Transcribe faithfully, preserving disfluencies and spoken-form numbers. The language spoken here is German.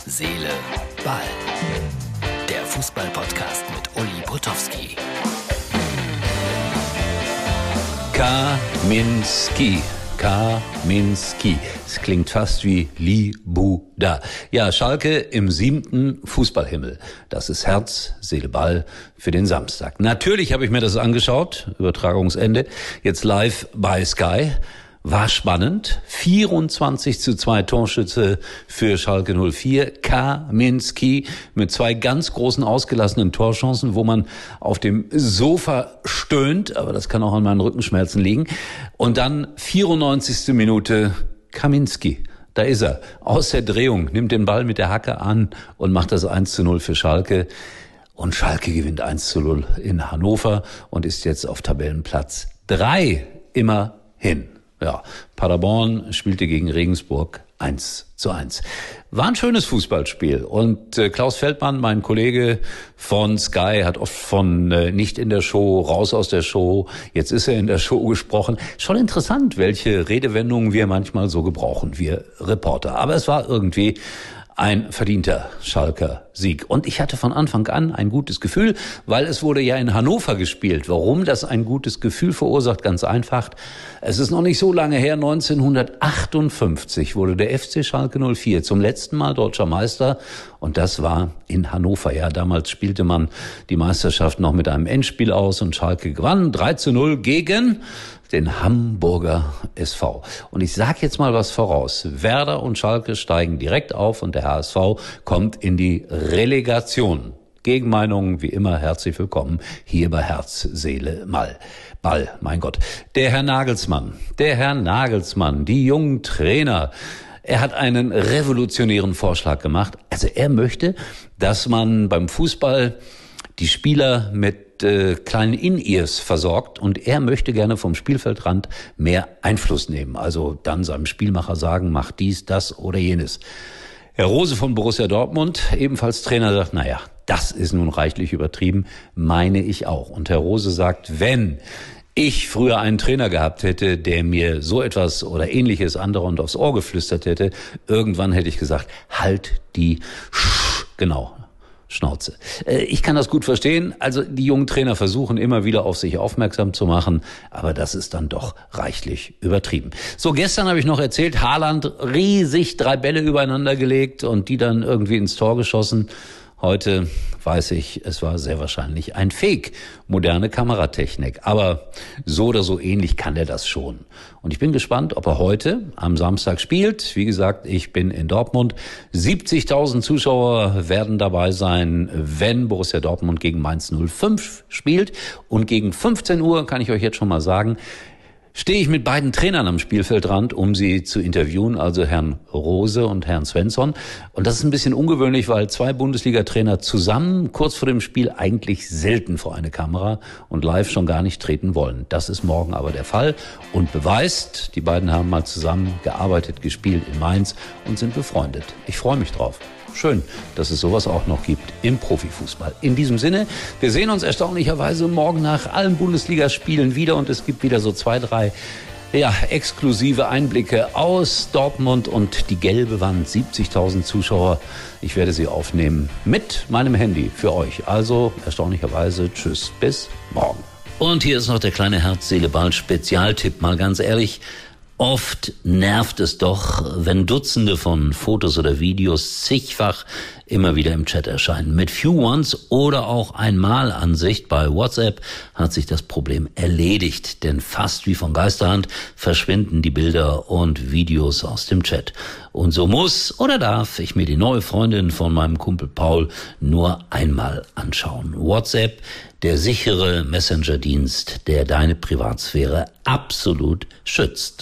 Seele, Ball. Der Fußball-Podcast mit Uli Potowski. Kaminski. Kaminski. Es klingt fast wie Libuda. Ja, Schalke im siebten Fußballhimmel. Das ist Herz, Seele, Ball für den Samstag. Natürlich habe ich mir das angeschaut, Übertragungsende, jetzt live bei Sky. War spannend. vierundzwanzig zu zwei Torschütze für Schalke null vier. Kaminski mit zwei ganz großen ausgelassenen Torchancen, wo man auf dem Sofa stöhnt. Aber das kann auch an meinen Rückenschmerzen liegen. Und dann vierundneunzigste Minute Kaminski. Da ist er. Aus der Drehung. Nimmt den Ball mit der Hacke an und macht das eins zu null für Schalke. Und Schalke gewinnt eins zu null in Hannover und ist jetzt auf Tabellenplatz drei immerhin. Ja, Paderborn spielte gegen Regensburg eins zu eins. War ein schönes Fußballspiel. Und äh, Klaus Feldmann, mein Kollege von Sky, hat oft von äh, nicht in der Show, raus aus der Show, jetzt ist er in der Show gesprochen. Schon interessant, welche Redewendungen wir manchmal so gebrauchen, wir Reporter. Aber es war irgendwie ein verdienter Schalker Sieg. Und ich hatte von Anfang an ein gutes Gefühl, weil es wurde ja in Hannover gespielt. Warum das ein gutes Gefühl verursacht? Ganz einfach. Es ist noch nicht so lange her, neunzehnhundertachtundfünfzig wurde der F C Schalke null vier zum letzten Mal deutscher Meister. Und das war in Hannover. Ja, damals spielte man die Meisterschaft noch mit einem Endspiel aus und Schalke gewann drei zu null gegen den Hamburger S V. Und ich sage jetzt mal was voraus. Werder und Schalke steigen direkt auf und der H S V kommt in die Relegation. Gegenmeinungen wie immer herzlich willkommen hier bei Herz, Seele, Mal. Ball, mein Gott. Der Herr Nagelsmann, der Herr Nagelsmann, die jungen Trainer. Er hat einen revolutionären Vorschlag gemacht. Also er möchte, dass man beim Fußball die Spieler mit äh, kleinen In-Ears versorgt und er möchte gerne vom Spielfeldrand mehr Einfluss nehmen. Also dann seinem Spielmacher sagen, mach dies, das oder jenes. Herr Rose von Borussia Dortmund, ebenfalls Trainer, sagt, naja, das ist nun reichlich übertrieben, meine ich auch. Und Herr Rose sagt, wenn ich früher einen Trainer gehabt hätte, der mir so etwas oder Ähnliches andauernd aufs Ohr geflüstert hätte, irgendwann hätte ich gesagt, halt die Sch, genau. Schnauze. Ich kann das gut verstehen. Also die jungen Trainer versuchen immer wieder auf sich aufmerksam zu machen, aber das ist dann doch reichlich übertrieben. So, gestern habe ich noch erzählt, Haaland riesig drei Bälle übereinander gelegt und die dann irgendwie ins Tor geschossen. Heute weiß ich, es war sehr wahrscheinlich ein Fake, moderne Kameratechnik. Aber so oder so ähnlich kann er das schon. Und ich bin gespannt, ob er heute am Samstag spielt. Wie gesagt, ich bin in Dortmund. siebzigtausend Zuschauer werden dabei sein, wenn Borussia Dortmund gegen Mainz null fünf spielt. Und gegen fünfzehn Uhr, kann ich euch jetzt schon mal sagen, stehe ich mit beiden Trainern am Spielfeldrand, um sie zu interviewen, also Herrn Rose und Herrn Svensson. Und das ist ein bisschen ungewöhnlich, weil zwei Bundesliga-Trainer zusammen kurz vor dem Spiel eigentlich selten vor eine Kamera und live schon gar nicht treten wollen. Das ist morgen aber der Fall und beweist, die beiden haben mal zusammen gearbeitet, gespielt in Mainz und sind befreundet. Ich freue mich drauf. Schön, dass es sowas auch noch gibt im Profifußball. In diesem Sinne, wir sehen uns erstaunlicherweise morgen nach allen Bundesligaspielen wieder und es gibt wieder so zwei, drei ja, exklusive Einblicke aus Dortmund und die gelbe Wand, siebzigtausend Zuschauer. Ich werde sie aufnehmen mit meinem Handy für euch. Also erstaunlicherweise, tschüss, bis morgen. Und hier ist noch der kleine Herz-Seele-Ball-Spezialtipp, mal ganz ehrlich. Oft nervt es doch, wenn Dutzende von Fotos oder Videos zigfach immer wieder im Chat erscheinen. Mit Few Ones oder auch Einmalansicht bei WhatsApp hat sich das Problem erledigt, denn fast wie von Geisterhand verschwinden die Bilder und Videos aus dem Chat. Und so muss oder darf ich mir die neue Freundin von meinem Kumpel Paul nur einmal anschauen. WhatsApp, der sichere Messenger-Dienst, der deine Privatsphäre absolut schützt.